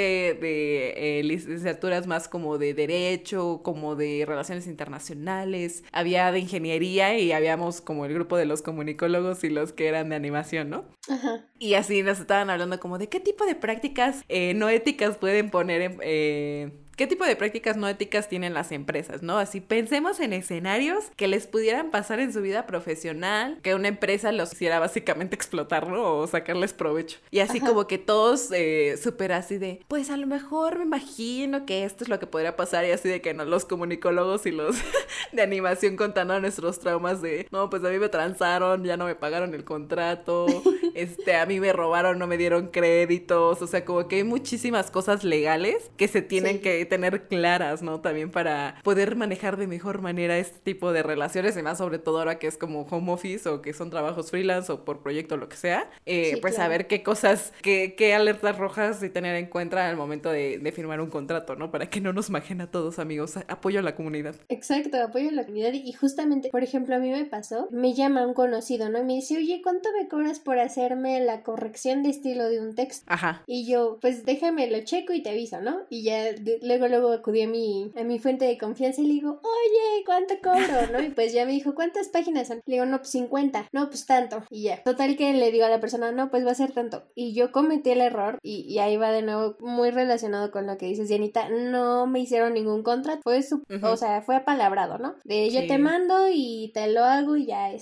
de licenciaturas más como de derecho, como de relaciones internacionales, había de ingeniería y habíamos como el grupo de los comunicólogos y los que eran de animación, ¿no? Ajá. Y así nos estaban hablando como de qué tipo de prácticas no éticas pueden poner ¿qué tipo de prácticas no éticas tienen las empresas, no? Así pensemos en escenarios que les pudieran pasar en su vida profesional, que una empresa los hiciera básicamente explotarlo o sacarles provecho. Y así como que todos súper así de, pues a lo mejor me imagino que esto es lo que podría pasar, y así de que no, los comunicólogos y los de animación contando nuestros traumas de, no, pues a mí me transaron, ya no me pagaron el contrato, a mí me robaron, no me dieron créditos, o sea, como que hay muchísimas cosas legales que se tienen que tener claras, ¿no? También para poder manejar de mejor manera este tipo de relaciones, y más sobre todo ahora que es como home office o que son trabajos freelance o por proyecto o lo que sea, pues claro, saber qué cosas, qué alertas rojas y tener en cuenta al momento de firmar un contrato, ¿no? Para que no nos majen a todos, amigos. Apoyo a la comunidad. Exacto, apoyo a la comunidad. Y justamente, por ejemplo, a mí me pasó, me llama un conocido, ¿no? Y me dice, oye, ¿cuánto me cobras por hacerme la corrección de estilo de un texto? Ajá. Y yo, pues déjame lo checo y te aviso, ¿no? Y ya luego acudí a mi fuente de confianza y le digo, oye, ¿cuánto cobro? ¿No? Y pues ya me dijo, ¿cuántas páginas son? Le digo, no, pues 50. No, pues tanto. Y ya. Total que le digo a la persona, no, pues va a ser tanto. Y yo cometí el error y ahí va de nuevo muy relacionado con lo que dices, Dianita, no me hicieron ningún contrato. Fue o sea, fue apalabrado, ¿no? De yo te mando y te lo hago y ya,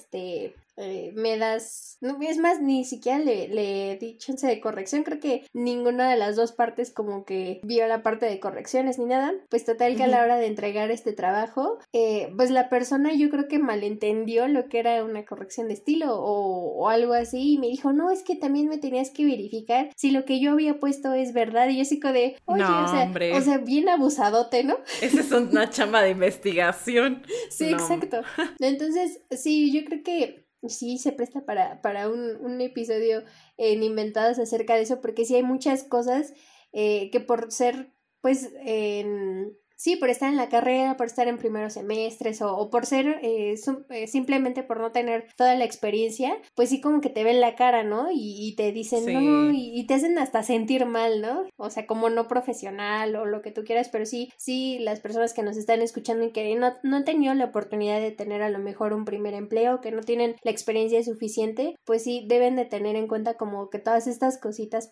me das, no, es más, ni siquiera le di chance de corrección, creo que ninguna de las dos partes como que vio la parte de correcciones ni nada, pues total que a la hora de entregar este trabajo, pues la persona yo creo que malentendió lo que era una corrección de estilo o algo así, y me dijo, no, es que también me tenías que verificar si lo que yo había puesto es verdad, y yo así como de, oye, no, o sea, bien abusadote, ¿no? Esa es una chamba de investigación. Sí, no. Exacto. Entonces, sí, yo creo que sí se presta para un episodio en Inventadas acerca de eso, porque sí hay muchas cosas que por ser, pues, sí, por estar en la carrera, por estar en primeros semestres o por ser simplemente por no tener toda la experiencia, pues sí como que te ven la cara, ¿no? Y te dicen Sí. no, y te hacen hasta sentir mal, ¿no? O sea, como no profesional o lo que tú quieras, pero sí, las personas que nos están escuchando y que no han tenido la oportunidad de tener a lo mejor un primer empleo, que no tienen la experiencia suficiente, pues sí deben de tener en cuenta como que todas estas cositas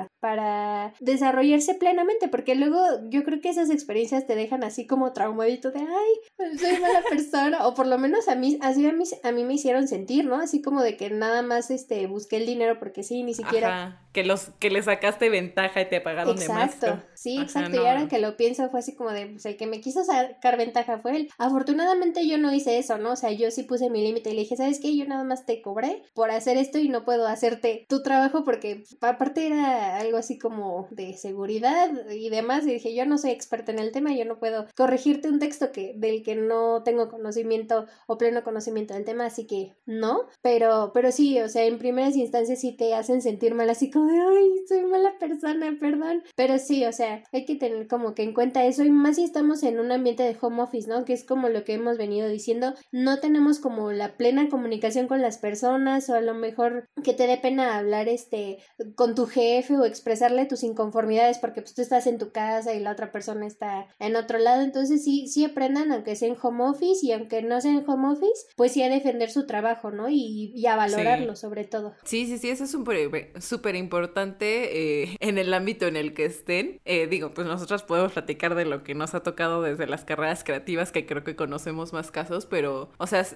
para desarrollarse plenamente, porque luego yo creo que esas experiencias te dejan así como traumadito de ay, soy mala persona, o por lo menos a mí me hicieron sentir, ¿no? Así como de que nada más busqué el dinero porque sí, ni siquiera. Ajá, que le sacaste ventaja y te pagaron de más. Exacto, sí, Ajá, exacto, y no. ahora que lo pienso fue así como de, pues el que me quiso sacar ventaja fue él. Afortunadamente yo no hice eso, ¿no? O sea, yo sí puse mi límite y le dije, ¿sabes qué? Yo nada más te cobré por hacer esto y no puedo hacerte tu trabajo porque aparte era algo así como de seguridad y demás, y dije, yo no soy experta en el tema, yo no puedo corregirte un texto del que no tengo conocimiento o pleno conocimiento del tema, así que no, pero sí, o sea, en primeras instancias sí te hacen sentir mal, así como de, ay, soy mala persona, perdón, pero sí, o sea, hay que tener como que en cuenta eso, y más si estamos en un ambiente de home office, ¿no? Que es como lo que hemos venido diciendo, no tenemos como la plena comunicación con las personas, o a lo mejor que te dé pena hablar con tu jefe o expresarle tus inconformidades porque pues tú estás en tu casa y la otra persona está en otro lado, entonces sí aprendan, aunque sea en home office, y aunque no sea en home office, pues sí a defender su trabajo, ¿no? Y a valorarlo, Sí. sobre todo. Sí, eso es súper importante en el ámbito en el que estén. Digo, pues nosotros podemos platicar de lo que nos ha tocado desde las carreras creativas, que creo que conocemos más casos, pero, o sea,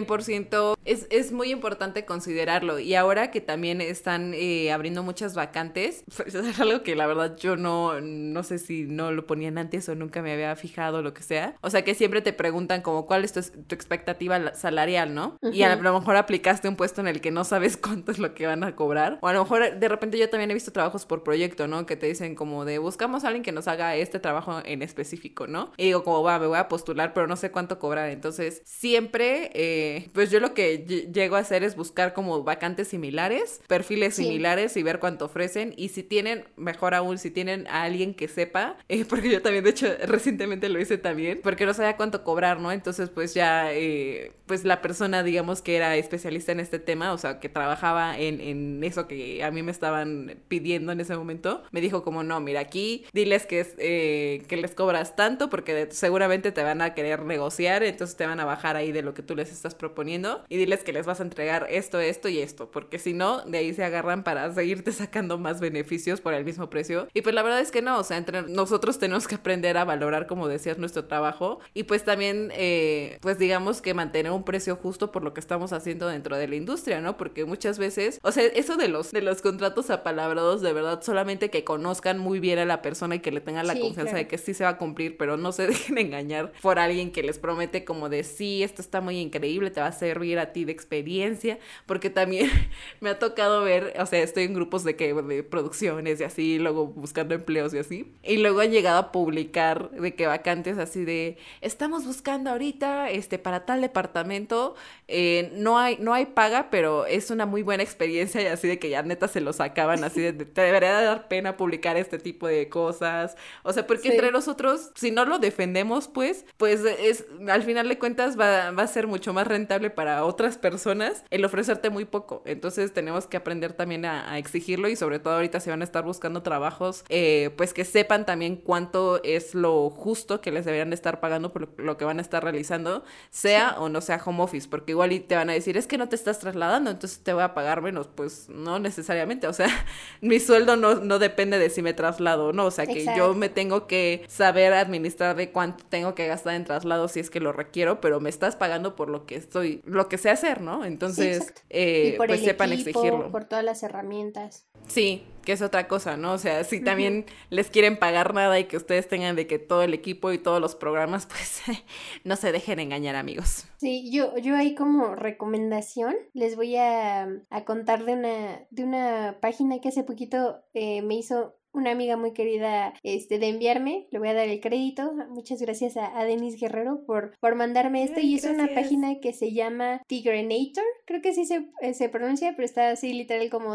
100% es muy importante considerarlo. Y ahora que también están abriendo muchas vacantes, pues es algo que la verdad yo no sé si no lo ponían antes o nunca me había fijado, lo que sea. O sea, que siempre te preguntan como cuál es tu expectativa salarial, ¿no? Uh-huh. Y a lo mejor aplicaste un puesto en el que no sabes cuánto es lo que van a cobrar. O a lo mejor de repente yo también he visto trabajos por proyecto, ¿no? Que te dicen como de buscamos a alguien que nos haga este trabajo en específico, ¿no? Y digo como me voy a postular, pero no sé cuánto cobrar. Entonces siempre, pues yo lo que llego a hacer es buscar como vacantes similares, perfiles similares y ver cuánto ofrecen. Y si tienen, mejor aún, si tienen a alguien que sepa, porque yo también de hecho recientemente lo hice también, porque no sabía cuánto cobrar, ¿no? Entonces pues ya, pues la persona digamos que era especialista en este tema, o sea, que trabajaba en eso que a mí me estaban pidiendo en ese momento, me dijo como no, mira, aquí diles que les cobras tanto porque seguramente te van a querer negociar, entonces te van a bajar ahí de lo que tú les estás proponiendo y diles que les vas a entregar esto y esto, porque si no, de ahí se agarran para seguirte sacando más beneficios por el mismo precio. Y pues la verdad es que no, o sea, entre nosotros tenemos que aprender a valorar, como decías, nuestro trabajo y pues también, pues digamos que mantener un precio justo por lo que estamos haciendo dentro de la industria, ¿no? Porque muchas veces, o sea, eso de los contratos apalabrados, de verdad, solamente que conozcan muy bien a la persona y que le tengan la confianza de que sí se va a cumplir, pero no se dejen engañar por alguien que les promete como de sí, esto está muy increíble, te va a servir a ti de experiencia, porque también me ha tocado ver, o sea, estoy en grupos de producciones y así, luego buscando empleos y así, y luego han llegado a publicar de que vacantes así de estamos buscando ahorita para tal departamento, no hay paga, pero es una muy buena experiencia, y así de que ya neta se lo sacaban así de te debería dar pena publicar este tipo de cosas, o sea, porque entre nosotros, si no lo defendemos, pues es, al final de cuentas va a ser mucho más rentable para otras personas el ofrecerte muy poco, entonces tenemos que aprender también a exigirlo, y sobre todo ahorita si van a estar buscando trabajos, pues que sepan también cuánto es lo justo que les deberían estar pagando por lo que van a estar realizando, sea o no sea home office, porque igual y te van a decir, es que no te estás trasladando, entonces te voy a pagar menos, pues no necesariamente, o sea, mi sueldo no depende de si me traslado, ¿no? O sea, que yo me tengo que saber administrar de cuánto tengo que gastar en traslado si es que lo requiero, pero me estás pagando por lo que sé hacer, ¿no? Entonces, y por pues el sepan equipo, exigirlo. por todas las herramientas. Sí, que es otra cosa, ¿no? O sea, si también les quieren pagar nada y que ustedes tengan de que todo el equipo y todos los programas, pues no se dejen engañar, amigos. Sí, yo ahí como recomendación les voy a contar de una página que hace poquito me hizo una amiga muy querida de enviarme, le voy a dar el crédito, muchas gracias a Denise Guerrero por mandarme esto. Ay, y es una página que se llama Tigrenator, creo que sí se pronuncia, pero está así literal como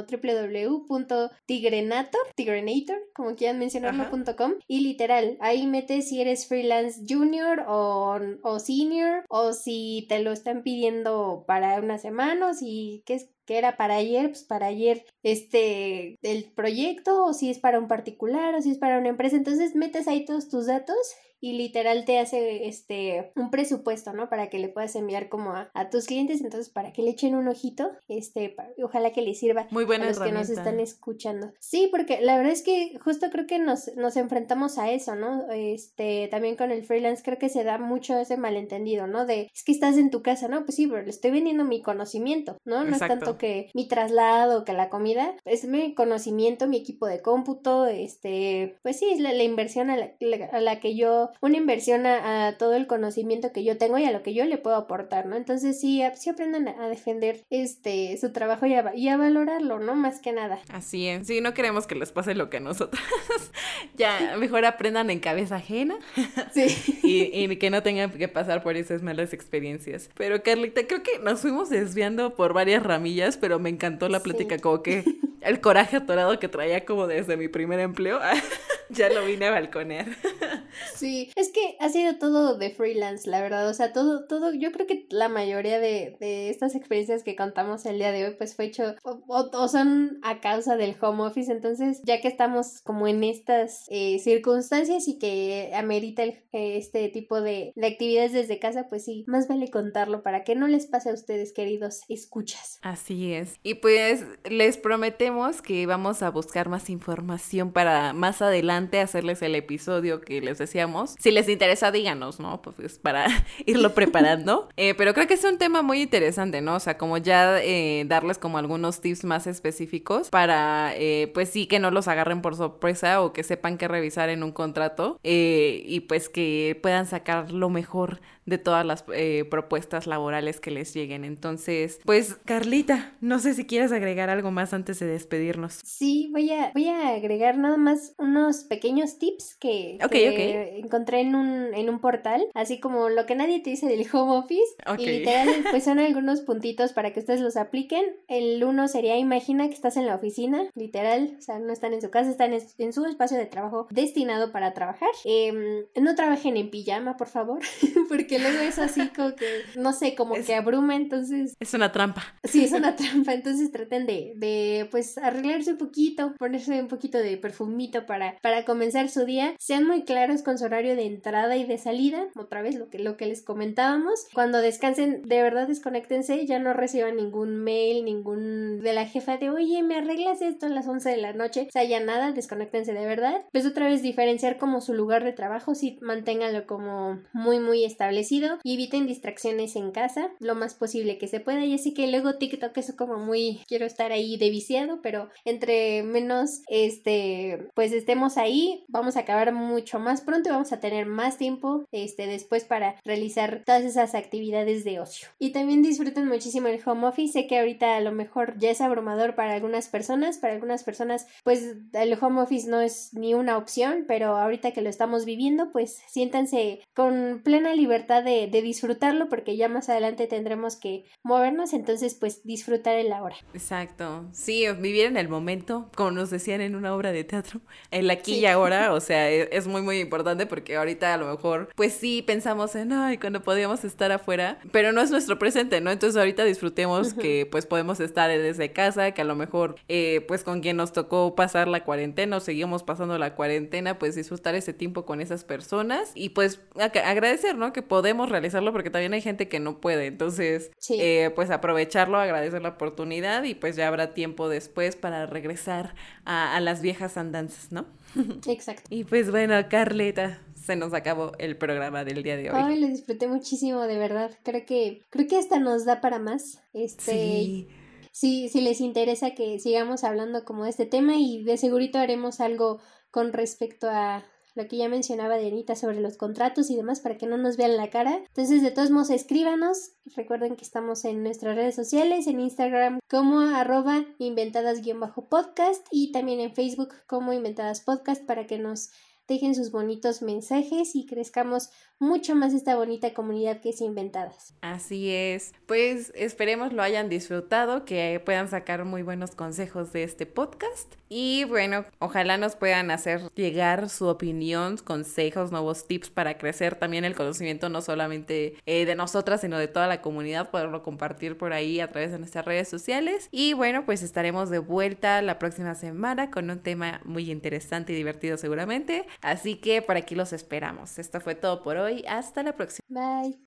www.tigrenator, como quieran mencionarlo.com, y literal, ahí metes si eres freelance junior o senior, o si te lo están pidiendo para una semana, o si que era para ayer, pues para ayer el proyecto, o si es para un particular, o si es para una empresa. Entonces metes ahí todos tus datos y literal te hace un presupuesto, ¿no? Para que le puedas enviar como a tus clientes. Entonces, para que le echen un ojito, ojalá que les sirva muy buena a los herramienta. que nos están escuchando. Sí, porque la verdad es que justo creo que nos enfrentamos a eso, ¿no? También con el freelance creo que se da mucho ese malentendido, ¿no? Es que estás en tu casa, ¿no? Pues sí, pero le estoy vendiendo mi conocimiento, ¿no? No Exacto. es tanto que mi traslado, que la comida, es mi conocimiento, mi equipo de cómputo, pues sí, es la inversión a la que yo, una inversión a todo el conocimiento que yo tengo y a lo que yo le puedo aportar, ¿no? Entonces sí aprendan a defender su trabajo y a valorarlo, ¿no? Más que nada. Así es. Sí, no queremos que les pase lo que a nosotras. Ya, mejor aprendan en cabeza ajena. Sí. y que no tengan que pasar por esas malas experiencias. Pero Carlita, creo que nos fuimos desviando por varias ramillas, pero me encantó la plática, como que el coraje atorado que traía como desde mi primer empleo, ya lo vine a balconear. Sí, es que ha sido todo de freelance, la verdad, o sea, todo, yo creo que la mayoría de estas experiencias que contamos el día de hoy, pues fue hecho, o son a causa del home office. Entonces, ya que estamos como en estas circunstancias y que amerita este tipo de actividades desde casa, pues sí, más vale contarlo para que no les pase a ustedes, queridos escuchas. Así es, y pues les prometemos que vamos a buscar más información para más adelante hacerles el episodio que les decíamos. Si les interesa, díganos, ¿no? Pues para irlo preparando. Pero creo que es un tema muy interesante, ¿no? O sea, como ya darles como algunos tips más específicos para, pues sí, que no los agarren por sorpresa o que sepan qué revisar en un contrato y pues que puedan sacar lo mejor de todas las propuestas laborales que les lleguen. Entonces, pues, Carlita, no sé si quieres agregar algo más antes de despedirnos. Sí, voy a agregar nada más unos pequeños tips que encontré en un portal, así como lo que nadie te dice del home office. Y literal, pues son algunos puntitos para que ustedes los apliquen. El uno sería, imagina que estás en la oficina, literal, o sea, no están en su casa, están en su espacio de trabajo destinado para trabajar. No trabajen en pijama, por favor, porque luego es así como que, no sé, como que abruma, entonces... Es una trampa. Sí, es una trampa, entonces traten de pues arreglarse un poquito, ponerse un poquito de perfumito para comenzar su día. Sean muy claros con su horario de entrada y de salida, otra vez lo que les comentábamos. Cuando descansen, de verdad desconéctense, ya no reciban ningún mail, ningún de la jefa de, oye, ¿me arreglas esto a las 11 de la noche? O sea, ya nada, desconéctense de verdad. Pues otra vez diferenciar como su lugar de trabajo, sí, manténganlo como muy, muy establecido y eviten distracciones en casa lo más posible que se pueda. Y así que luego TikTok es como muy, quiero estar ahí de viciado, pero entre menos pues estemos ahí, vamos a acabar mucho más pronto y vamos a tener más tiempo después para realizar todas esas actividades de ocio. Y también disfruten muchísimo el home office. Sé que ahorita a lo mejor ya es abrumador para algunas personas pues el home office no es ni una opción, pero ahorita que lo estamos viviendo, pues siéntanse con plena libertad de disfrutarlo, porque ya más adelante tendremos que movernos, entonces pues disfrutar el ahora. Exacto, sí, vivir en el momento, como nos decían en una obra de teatro, el aquí y ahora, o sea, es muy muy importante, porque ahorita a lo mejor pues sí pensamos en, ay, cuando podíamos estar afuera, pero no es nuestro presente, ¿no? Entonces ahorita disfrutemos que pues podemos estar desde casa, que a lo mejor pues con quien nos tocó pasar la cuarentena o seguimos pasando la cuarentena, pues disfrutar ese tiempo con esas personas y pues agradecer, ¿no? Que podemos realizarlo, porque también hay gente que no puede, entonces pues aprovecharlo, agradecer la oportunidad y pues ya habrá tiempo después para regresar a las viejas andanzas, ¿no? Exacto. Y pues bueno, Carlita, se nos acabó el programa del día de hoy. Ay, lo disfruté muchísimo, de verdad. Creo que hasta nos da para más. Sí. Si les interesa que sigamos hablando como de este tema, y de segurito haremos algo con respecto a lo que ya mencionaba Dianita sobre los contratos y demás, para que no nos vean la cara. Entonces, de todos modos, escríbanos. Recuerden que estamos en nuestras redes sociales, en Instagram como @inventadas_podcast y también en Facebook como Inventadas Podcast, para que nos dejen sus bonitos mensajes y crezcamos mucho más esta bonita comunidad que es Inventadas. Así es, pues esperemos lo hayan disfrutado, que puedan sacar muy buenos consejos de este podcast y bueno, ojalá nos puedan hacer llegar su opinión, consejos, nuevos tips para crecer también el conocimiento no solamente de nosotras sino de toda la comunidad, poderlo compartir por ahí a través de nuestras redes sociales y bueno, pues estaremos de vuelta la próxima semana con un tema muy interesante y divertido seguramente, así que por aquí los esperamos. Esto fue todo por hoy, hasta la próxima. Bye.